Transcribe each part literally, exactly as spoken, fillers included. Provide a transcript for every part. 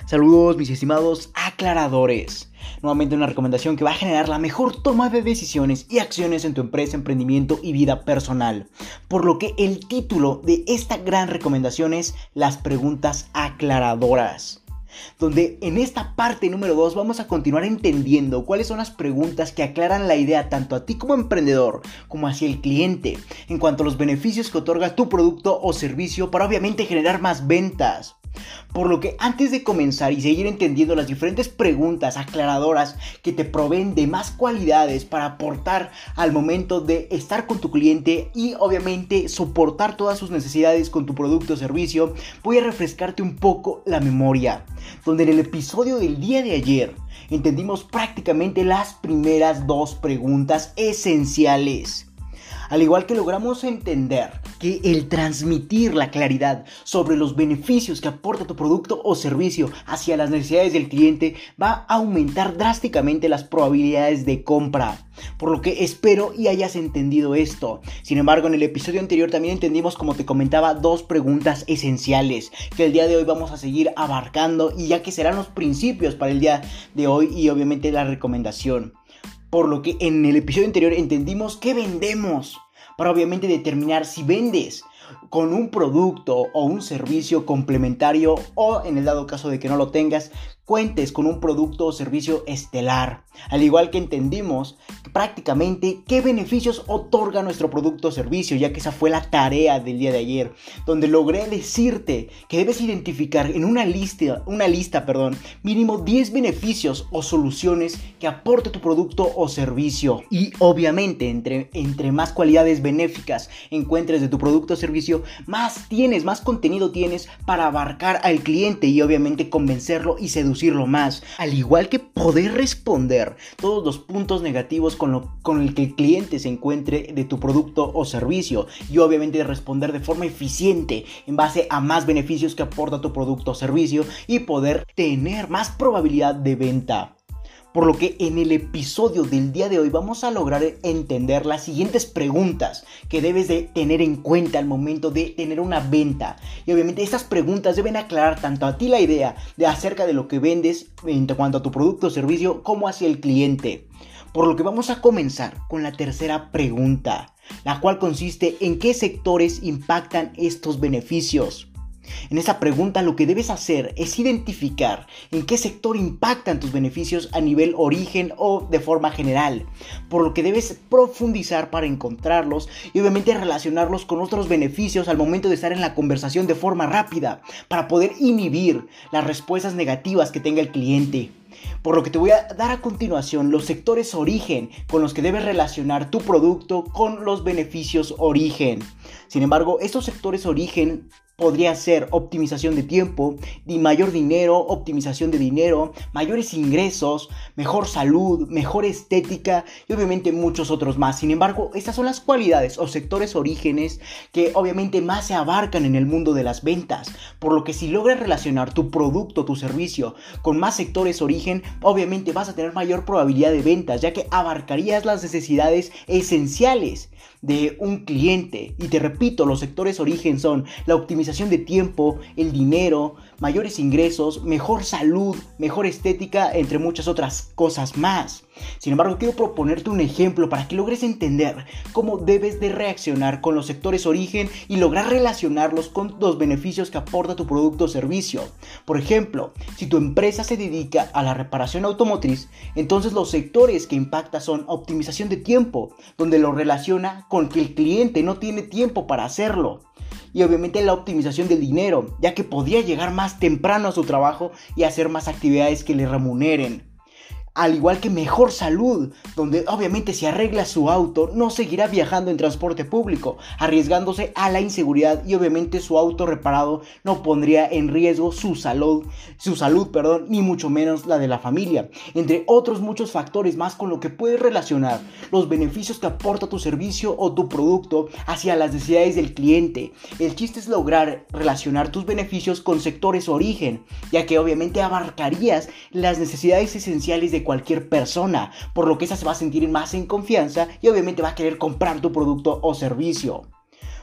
Saludos mis estimados aclaradores. Nuevamente una recomendación que va a generar la mejor toma de decisiones y acciones en tu empresa, emprendimiento y vida personal. Por lo que el título de esta gran recomendación es las preguntas aclaradoras. Donde en esta parte número dos vamos a continuar entendiendo cuáles son las preguntas que aclaran la idea tanto a ti como emprendedor como hacia el cliente en cuanto a los beneficios que otorga tu producto o servicio para obviamente generar más ventas. Por lo que antes de comenzar y seguir entendiendo las diferentes preguntas aclaradoras que te proveen de más cualidades para aportar al momento de estar con tu cliente y obviamente soportar todas sus necesidades con tu producto o servicio, voy a refrescarte un poco la memoria, donde en el episodio del día de ayer entendimos prácticamente las primeras dos preguntas esenciales. Al igual que logramos entender que el transmitir la claridad sobre los beneficios que aporta tu producto o servicio hacia las necesidades del cliente va a aumentar drásticamente las probabilidades de compra. Por lo que espero y hayas entendido esto. Sin embargo, en el episodio anterior también entendimos, como te comentaba, dos preguntas esenciales que el día de hoy vamos a seguir abarcando y ya que serán los principios para el día de hoy y obviamente la recomendación. Por lo que en el episodio anterior entendimos qué vendemos, para obviamente determinar si vendes con un producto o un servicio complementario o, en el dado caso de que no lo tengas, cuentes con un producto o servicio estelar. Al igual que entendimos prácticamente qué beneficios otorga nuestro producto o servicio, ya que esa fue la tarea del día de ayer, donde logré decirte que debes identificar en una lista, una lista, perdón, mínimo diez beneficios o soluciones que aporte tu producto o servicio. Y obviamente, entre, entre más cualidades benéficas encuentres de tu producto o servicio, más tienes, más contenido tienes para abarcar al cliente y obviamente convencerlo y seducirlo más. Al igual que poder responder todos los puntos negativos con, lo, con el que el cliente se encuentre de tu producto o servicio y obviamente responder de forma eficiente en base a más beneficios que aporta tu producto o servicio y poder tener más probabilidad de venta. Por lo que en el episodio del día de hoy vamos a lograr entender las siguientes preguntas que debes de tener en cuenta al momento de tener una venta. Y obviamente estas preguntas deben aclarar tanto a ti la idea de acerca de lo que vendes en cuanto a tu producto o servicio como hacia el cliente. Por lo que vamos a comenzar con la tercera pregunta, la cual consiste en qué sectores impactan estos beneficios. En esta pregunta lo que debes hacer es identificar en qué sector impactan tus beneficios a nivel origen o de forma general, por lo que debes profundizar para encontrarlos y obviamente relacionarlos con otros beneficios al momento de estar en la conversación de forma rápida para poder inhibir las respuestas negativas que tenga el cliente. Por lo que te voy a dar a continuación los sectores origen con los que debes relacionar tu producto con los beneficios origen. Sin embargo, estos sectores origen podría ser optimización de tiempo, de mayor dinero, optimización de dinero, mayores ingresos, mejor salud, mejor estética y obviamente muchos otros más. Sin embargo, estas son las cualidades o sectores orígenes que obviamente más se abarcan en el mundo de las ventas. Por lo que si logras relacionar tu producto, tu servicio con más sectores origen, obviamente vas a tener mayor probabilidad de ventas, ya que abarcarías las necesidades esenciales de un cliente. Y te repito, los sectores origen son la optimización de tiempo, el dinero, mayores ingresos, mejor salud, mejor estética, entre muchas otras cosas más. Sin embargo, quiero proponerte un ejemplo para que logres entender cómo debes de reaccionar con los sectores origen y lograr relacionarlos con los beneficios que aporta tu producto o servicio. Por ejemplo, si tu empresa se dedica a la reparación automotriz, entonces los sectores que impacta son optimización de tiempo, donde lo relaciona con que el cliente no tiene tiempo para hacerlo. Y obviamente la optimización del dinero, ya que podría llegar más temprano a su trabajo y hacer más actividades que le remuneren. Al igual que mejor salud, donde obviamente si arregla su auto no seguirá viajando en transporte público, arriesgándose a la inseguridad y obviamente su auto reparado no pondría en riesgo su salud, su salud, perdón, ni mucho menos la de la familia, entre otros muchos factores más con lo que puedes relacionar los beneficios que aporta tu servicio o tu producto hacia las necesidades del cliente. El chiste es lograr relacionar tus beneficios con sectores origen, ya que obviamente abarcarías las necesidades esenciales de cualquier persona, por lo que esa se va a sentir más en confianza y obviamente va a querer comprar tu producto o servicio.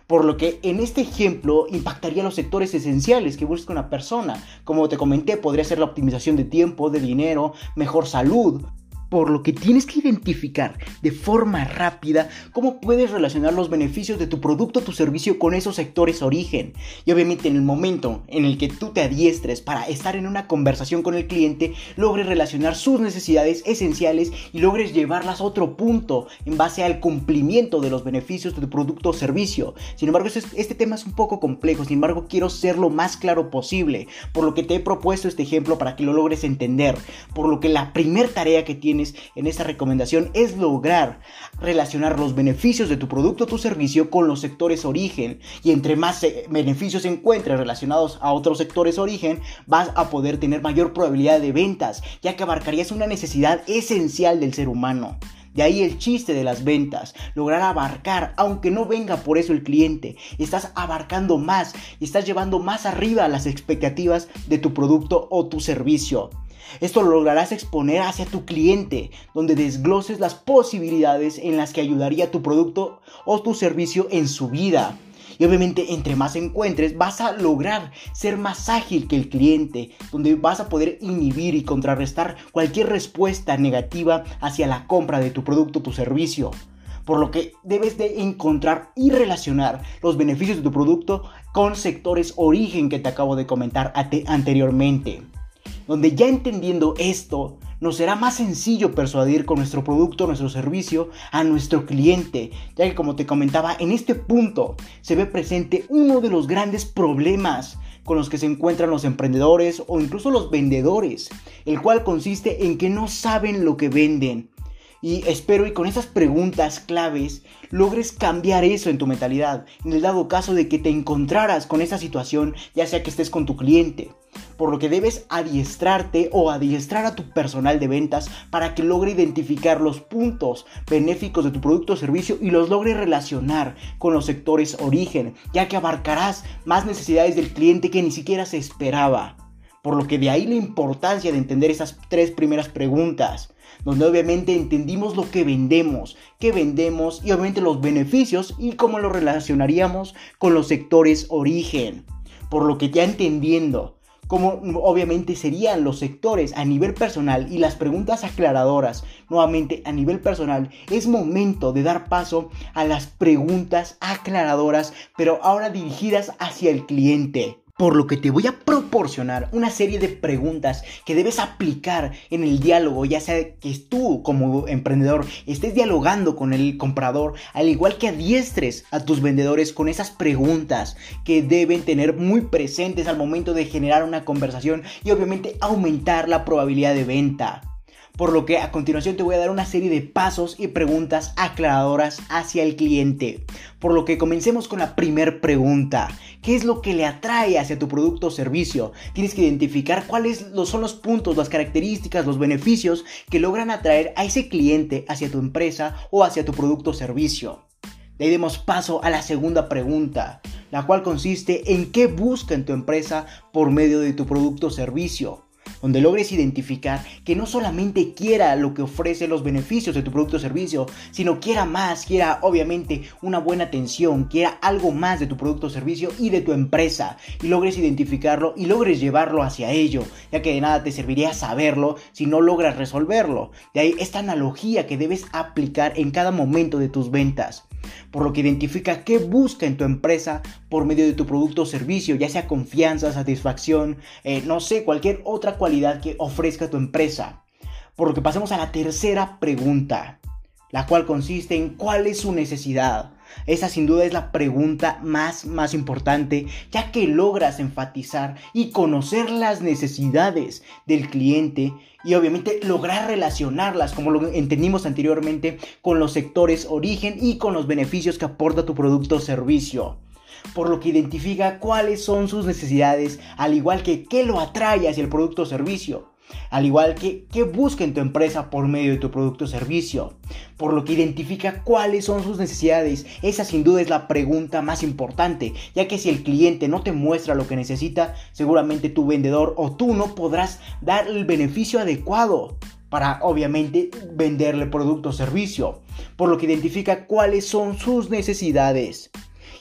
Por lo que en este ejemplo impactaría los sectores esenciales que busca una persona. Como te comenté, podría ser la optimización de tiempo, de dinero, mejor salud. Por lo que tienes que identificar de forma rápida cómo puedes relacionar los beneficios de tu producto o tu servicio con esos sectores origen. Y obviamente en el momento en el que tú te adiestres para estar en una conversación con el cliente, logres relacionar sus necesidades esenciales y logres llevarlas a otro punto en base al cumplimiento de los beneficios de tu producto o servicio. Sin embargo, este, este tema es un poco complejo, sin embargo quiero ser lo más claro posible, por lo que te he propuesto este ejemplo para que lo logres entender. Por lo que la primera tarea que tienes en esta recomendación es lograr relacionar los beneficios de tu producto o tu servicio con los sectores origen, y entre más beneficios encuentres relacionados a otros sectores origen, vas a poder tener mayor probabilidad de ventas, ya que abarcarías una necesidad esencial del ser humano. De ahí el chiste de las ventas, lograr abarcar, aunque no venga por eso el cliente, estás abarcando más y estás llevando más arriba las expectativas de tu producto o tu servicio. Esto lo lograrás exponer hacia tu cliente, donde desgloses las posibilidades en las que ayudaría tu producto o tu servicio en su vida. Y obviamente entre más encuentres, vas a lograr ser más ágil que el cliente, donde vas a poder inhibir y contrarrestar cualquier respuesta negativa hacia la compra de tu producto o tu servicio. Por lo que debes de encontrar y relacionar los beneficios de tu producto con sectores origen que te acabo de comentar anteriormente. Donde ya entendiendo esto, nos será más sencillo persuadir con nuestro producto, nuestro servicio a nuestro cliente, ya que como te comentaba, en este punto se ve presente uno de los grandes problemas con los que se encuentran los emprendedores o incluso los vendedores, el cual consiste en que no saben lo que venden. Y espero y con esas preguntas claves logres cambiar eso en tu mentalidad, en el dado caso de que te encontraras con esa situación, ya sea que estés con tu cliente. Por lo que debes adiestrarte o adiestrar a tu personal de ventas para que logre identificar los puntos benéficos de tu producto o servicio y los logre relacionar con los sectores origen, ya que abarcarás más necesidades del cliente que ni siquiera se esperaba. Por lo que de ahí la importancia de entender esas tres primeras preguntas, donde obviamente entendimos lo que vendemos, qué vendemos y obviamente los beneficios y cómo lo relacionaríamos con los sectores origen. Por lo que ya entendiendo cómo obviamente serían los sectores a nivel personal y las preguntas aclaradoras nuevamente a nivel personal, es momento de dar paso a las preguntas aclaradoras, pero ahora dirigidas hacia el cliente. Por lo que te voy a proporcionar una serie de preguntas que debes aplicar en el diálogo, ya sea que tú como emprendedor estés dialogando con el comprador, al igual que adiestres a tus vendedores con esas preguntas que deben tener muy presentes al momento de generar una conversación y obviamente aumentar la probabilidad de venta. Por lo que a continuación te voy a dar una serie de pasos y preguntas aclaradoras hacia el cliente. Por lo que comencemos con la primera pregunta. ¿Qué es lo que le atrae hacia tu producto o servicio? Tienes que identificar cuáles son los puntos, las características, los beneficios que logran atraer a ese cliente hacia tu empresa o hacia tu producto o servicio. De ahí demos paso a la segunda pregunta, la cual consiste en qué busca en tu empresa por medio de tu producto o servicio. Donde logres identificar que no solamente quiera lo que ofrece los beneficios de tu producto o servicio, sino quiera más, quiera obviamente una buena atención, quiera algo más de tu producto o servicio y de tu empresa, y logres identificarlo y logres llevarlo hacia ello, ya que de nada te serviría saberlo si no logras resolverlo. De ahí esta analogía que debes aplicar en cada momento de tus ventas. Por lo que identifica qué busca en tu empresa por medio de tu producto o servicio, ya sea confianza, satisfacción, eh, no sé, cualquier otra cualidad que ofrezca tu empresa. Por lo que pasemos a la tercera pregunta, la cual consiste en cuál es su necesidad. Esa sin duda es la pregunta más, más importante, ya que logras enfatizar y conocer las necesidades del cliente y obviamente lograr relacionarlas, como lo entendimos anteriormente, con los sectores origen y con los beneficios que aporta tu producto o servicio. Por lo que identifica cuáles son sus necesidades, al igual que qué lo atrae hacia el producto o servicio. Al igual que qué busca en tu empresa por medio de tu producto o servicio. Por lo que identifica cuáles son sus necesidades. Esa sin duda es la pregunta más importante, ya que si el cliente no te muestra lo que necesita, seguramente tu vendedor o tú no podrás dar el beneficio adecuado para obviamente venderle producto o servicio. Por lo que identifica cuáles son sus necesidades.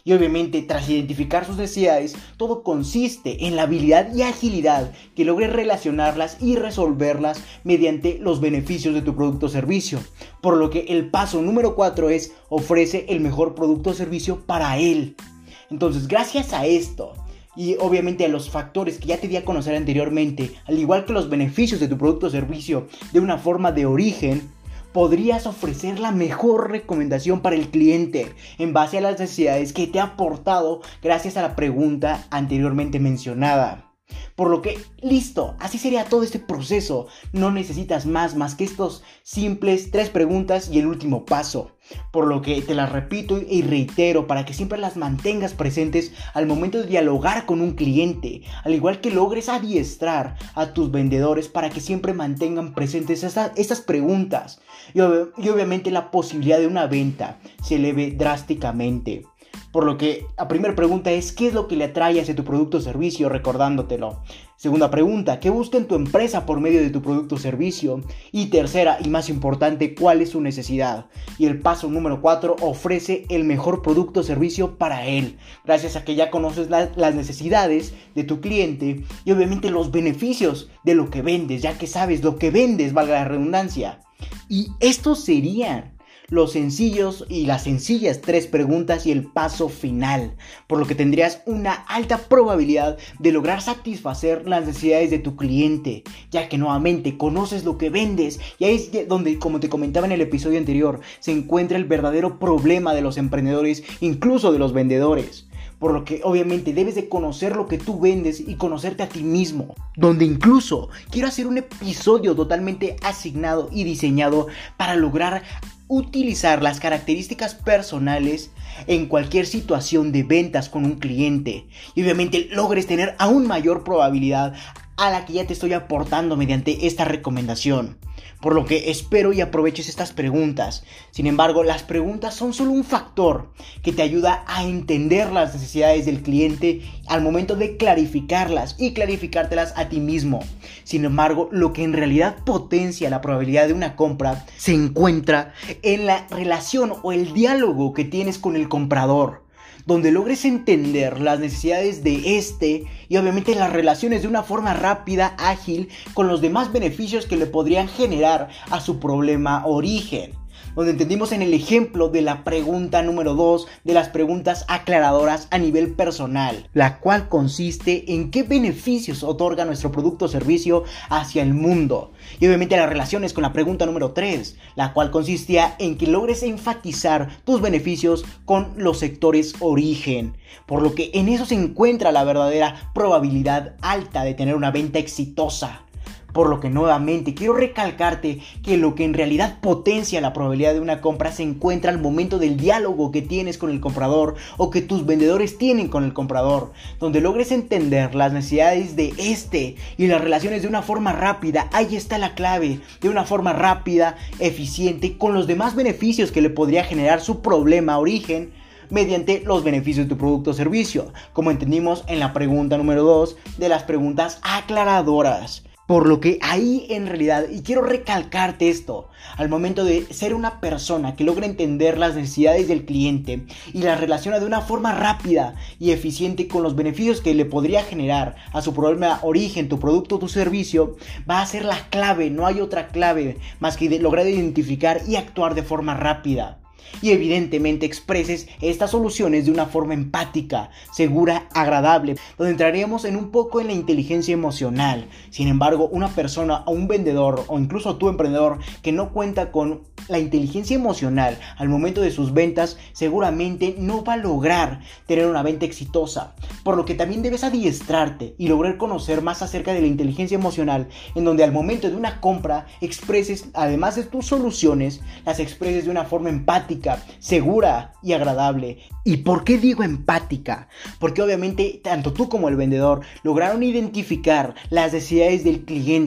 Y obviamente, tras identificar sus necesidades, todo consiste en la habilidad y agilidad que logres relacionarlas y resolverlas mediante los beneficios de tu producto o servicio. Por lo que el paso número cuatro es: ofrece el mejor producto o servicio para él. Entonces, gracias a esto y obviamente a los factores que ya te di a conocer anteriormente, al igual que los beneficios de tu producto o servicio de una forma de origen, podrías ofrecer la mejor recomendación para el cliente en base a las necesidades que te ha aportado gracias a la pregunta anteriormente mencionada. Por lo que, listo, así sería todo este proceso. No necesitas más más que estos simples tres preguntas y el último paso. Por lo que te las repito y reitero para que siempre las mantengas presentes al momento de dialogar con un cliente, al igual que logres adiestrar a tus vendedores para que siempre mantengan presentes estas, estas preguntas y, ob- y obviamente la posibilidad de una venta se eleve drásticamente. Por lo que la primera pregunta es: ¿qué es lo que le atrae hacia tu producto o servicio? Recordándotelo. Segunda pregunta: ¿qué busca en tu empresa por medio de tu producto o servicio? Y tercera y más importante: ¿cuál es su necesidad? Y el paso número cuatro: ofrece el mejor producto o servicio para él. Gracias a que ya conoces la, las necesidades de tu cliente y obviamente los beneficios de lo que vendes, ya que sabes lo que vendes, valga la redundancia. Y estos serían los sencillos y las sencillas tres preguntas y el paso final, por lo que tendrías una alta probabilidad de lograr satisfacer las necesidades de tu cliente, ya que nuevamente conoces lo que vendes y ahí es donde, como te comentaba en el episodio anterior, se encuentra el verdadero problema de los emprendedores, incluso de los vendedores. Por lo que obviamente debes de conocer lo que tú vendes y conocerte a ti mismo. Donde incluso quiero hacer un episodio totalmente asignado y diseñado para lograr utilizar las características personales en cualquier situación de ventas con un cliente. Y obviamente logres tener aún mayor probabilidad a la que ya te estoy aportando mediante esta recomendación. Por lo que espero y aproveches estas preguntas. Sin embargo, las preguntas son solo un factor que te ayuda a entender las necesidades del cliente al momento de clarificarlas y clarificártelas a ti mismo. Sin embargo, lo que en realidad potencia la probabilidad de una compra se encuentra en la relación o el diálogo que tienes con el comprador, donde logres entender las necesidades de este y obviamente las relaciones de una forma rápida, ágil, con los demás beneficios que le podrían generar a su problema origen. Donde entendimos en el ejemplo de la pregunta número dos de las preguntas aclaradoras a nivel personal, la cual consiste en qué beneficios otorga nuestro producto o servicio hacia el mundo. Y obviamente las relaciones con la pregunta número tres, la cual consistía en que logres enfatizar tus beneficios con los sectores origen. Por lo que en eso se encuentra la verdadera probabilidad alta de tener una venta exitosa. Por lo que nuevamente quiero recalcarte que lo que en realidad potencia la probabilidad de una compra se encuentra al momento del diálogo que tienes con el comprador o que tus vendedores tienen con el comprador, donde logres entender las necesidades de este y las relaciones de una forma rápida. Ahí está la clave, de una forma rápida, eficiente, con los demás beneficios que le podría generar su problema origen mediante los beneficios de tu producto o servicio, como entendimos en la pregunta número dos de las preguntas aclaradoras. Por lo que ahí en realidad, y quiero recalcarte esto, al momento de ser una persona que logra entender las necesidades del cliente y las relaciona de una forma rápida y eficiente con los beneficios que le podría generar a su problema origen, tu producto o tu servicio, va a ser la clave. No hay otra clave más que de lograr identificar y actuar de forma rápida. Y evidentemente expreses estas soluciones de una forma empática, segura, agradable, donde entraríamos en un poco en la inteligencia emocional. Sin embargo, una persona o un vendedor o incluso tu emprendedor que no cuenta con la inteligencia emocional al momento de sus ventas, seguramente no va a lograr tener una venta exitosa. Por lo que también debes adiestrarte y lograr conocer más acerca de la inteligencia emocional, en donde al momento de una compra expreses, además de tus soluciones, las expreses de una forma empática, segura y agradable. ¿Y por qué digo empática? Porque obviamente tanto tú como el vendedor lograron identificar las necesidades del cliente,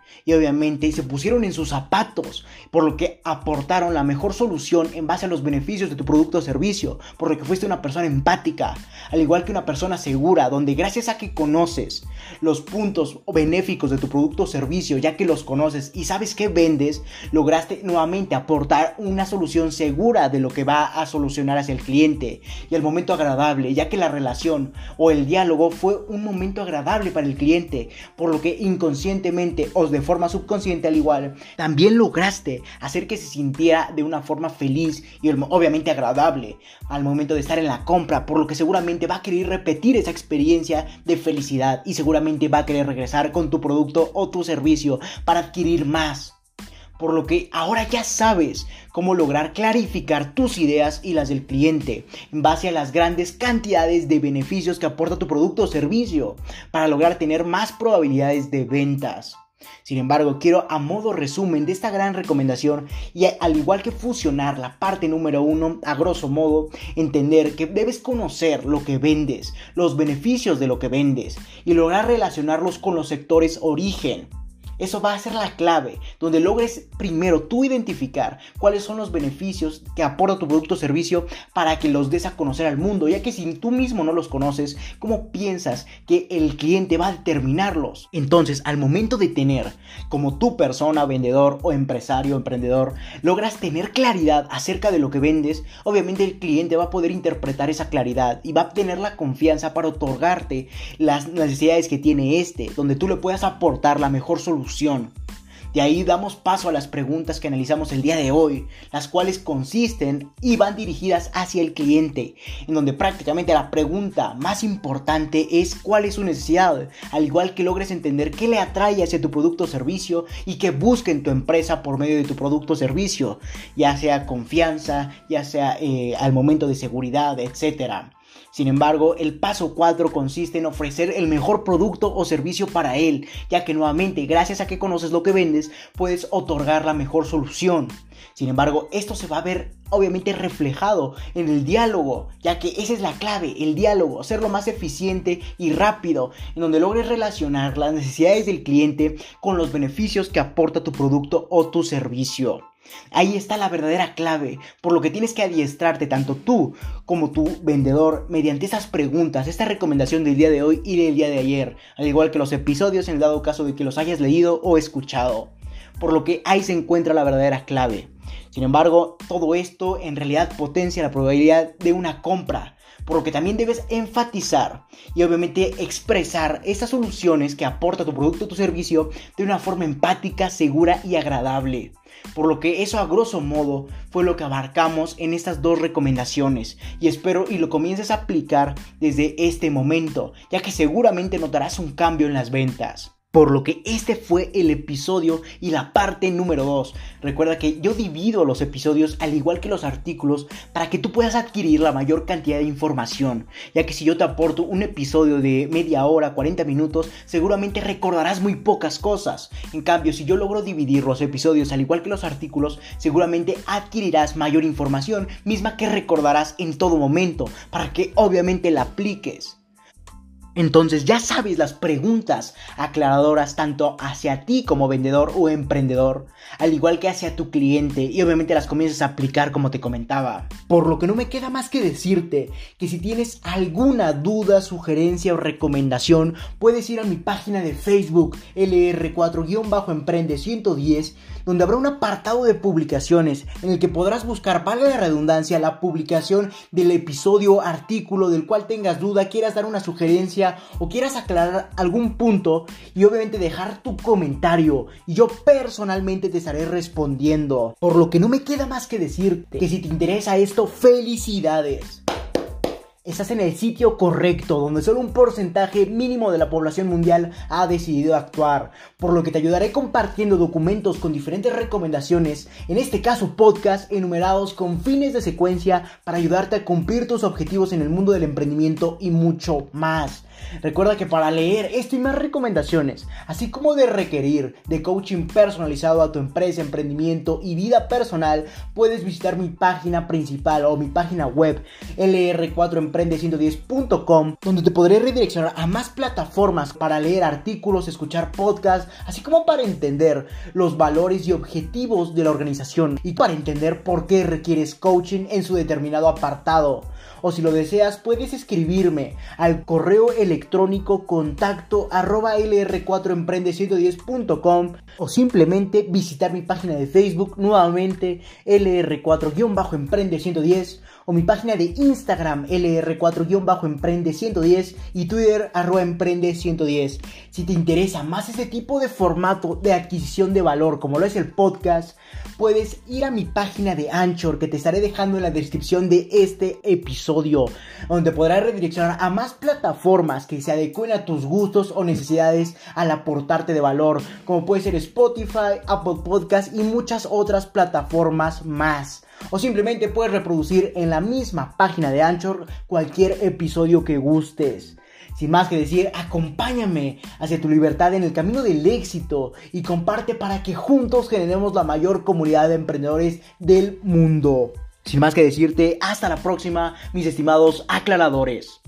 y obviamente se pusieron en sus zapatos, por lo que aportaron la mejor solución en base a los beneficios de tu producto o servicio, por lo que fuiste una persona empática, al igual que una persona segura, donde gracias a que conoces los puntos benéficos de tu producto o servicio, ya que los conoces y sabes qué vendes, lograste nuevamente aportar una solución segura de lo que va a solucionar hacia el cliente y el momento agradable, ya que la relación o el diálogo fue un momento agradable para el cliente, por lo que inconscientemente o de forma subconsciente al igual, también lograste hacer que se sintiera de una forma feliz y obviamente agradable al momento de estar en la compra, por lo que seguramente va a querer repetir esa experiencia de felicidad y seguramente va a querer regresar con tu producto o tu servicio para adquirir más. Por lo que ahora ya sabes cómo lograr clarificar tus ideas y las del cliente en base a las grandes cantidades de beneficios que aporta tu producto o servicio para lograr tener más probabilidades de ventas. Sin embargo, quiero a modo resumen de esta gran recomendación y al igual que fusionar la parte número uno, a grosso modo, entender que debes conocer lo que vendes, los beneficios de lo que vendes y lograr relacionarlos con los sectores origen. Eso va a ser la clave, donde logres primero tú identificar cuáles son los beneficios que aporta tu producto o servicio para que los des a conocer al mundo, ya que si tú mismo no los conoces, ¿cómo piensas que el cliente va a determinarlos? Entonces, al momento de tener, como tu persona, vendedor o empresario, emprendedor, logras tener claridad acerca de lo que vendes, obviamente el cliente va a poder interpretar esa claridad y va a tener la confianza para otorgarte las necesidades que tiene este, donde tú le puedas aportar la mejor solución. De ahí damos paso a las preguntas que analizamos el día de hoy, las cuales consisten y van dirigidas hacia el cliente, en donde prácticamente la pregunta más importante es cuál es su necesidad, al igual que logres entender qué le atrae hacia tu producto o servicio y qué busca en tu empresa por medio de tu producto o servicio, ya sea confianza, ya sea eh, al momento de seguridad, etcétera. Sin embargo, el paso cuatro consiste en ofrecer el mejor producto o servicio para él, ya que nuevamente, gracias a que conoces lo que vendes, puedes otorgar la mejor solución. Sin embargo, esto se va a ver obviamente reflejado en el diálogo, ya que esa es la clave, el diálogo, ser lo más eficiente y rápido, en donde logres relacionar las necesidades del cliente con los beneficios que aporta tu producto o tu servicio. Ahí está la verdadera clave, por lo que tienes que adiestrarte tanto tú como tu vendedor mediante estas preguntas, esta recomendación del día de hoy y del día de ayer, al igual que los episodios en el dado caso de que los hayas leído o escuchado, por lo que ahí se encuentra la verdadera clave. Sin embargo, todo esto en realidad potencia la probabilidad de una compra, por lo que también debes enfatizar y obviamente expresar estas soluciones que aporta tu producto o tu servicio de una forma empática, segura y agradable. Por lo que eso a grosso modo fue lo que abarcamos en estas dos recomendaciones y espero y lo comiences a aplicar desde este momento, ya que seguramente notarás un cambio en las ventas. Por lo que este fue el episodio y la parte número dos. Recuerda que yo divido los episodios al igual que los artículos para que tú puedas adquirir la mayor cantidad de información. Ya que si yo te aporto un episodio de media hora, cuarenta minutos, seguramente recordarás muy pocas cosas. En cambio, si yo logro dividir los episodios al igual que los artículos, seguramente adquirirás mayor información, misma que recordarás en todo momento, para que obviamente la apliques. Entonces ya sabes las preguntas aclaradoras tanto hacia ti como vendedor o emprendedor, al igual que hacia tu cliente, y obviamente las comienzas a aplicar como te comentaba. Por lo que no me queda más que decirte que si tienes alguna duda, sugerencia o recomendación, puedes ir a mi página de Facebook L R cuatro Emprende ciento diez, donde habrá un apartado de publicaciones en el que podrás buscar, valga la redundancia, la publicación del episodio o artículo del cual tengas duda, quieras dar una sugerencia o quieras aclarar algún punto y obviamente dejar tu comentario y yo personalmente te estaré respondiendo. Por lo que no me queda más que decirte que si te interesa esto, felicidades. Estás en el sitio correcto, donde solo un porcentaje mínimo de la población mundial ha decidido actuar, por lo que te ayudaré compartiendo documentos con diferentes recomendaciones, en este caso podcast, enumerados con fines de secuencia para ayudarte a cumplir tus objetivos en el mundo del emprendimiento y mucho más. Recuerda que para leer esto y más recomendaciones, así como de requerir de coaching personalizado a tu empresa, emprendimiento y vida personal, puedes visitar mi página principal o mi página web L R cuatro emprende ciento diez punto com, donde te podré redireccionar a más plataformas para leer artículos, escuchar podcasts, así como para entender los valores y objetivos de la organización y para entender por qué requieres coaching en su determinado apartado. O si lo deseas, puedes escribirme al correo electrónico contacto arroba l r cuatro emprende ciento diez punto com o simplemente visitar mi página de Facebook, nuevamente L R cuatro emprende ciento diez, o mi página de Instagram L R cuatro emprende ciento diez y Twitter arroba emprende ciento diez. Si te interesa más ese tipo de formato de adquisición de valor como lo es el podcast, puedes ir a mi página de Anchor, que te estaré dejando en la descripción de este episodio, donde podrás redireccionar a más plataformas que se adecuen a tus gustos o necesidades al aportarte de valor, como puede ser Spotify, Apple Podcast y muchas otras plataformas más. O simplemente puedes reproducir en la misma página de Anchor cualquier episodio que gustes. Sin más que decir, acompáñame hacia tu libertad en el camino del éxito y comparte para que juntos generemos la mayor comunidad de emprendedores del mundo. Sin más que decirte, hasta la próxima, mis estimados aclaradores.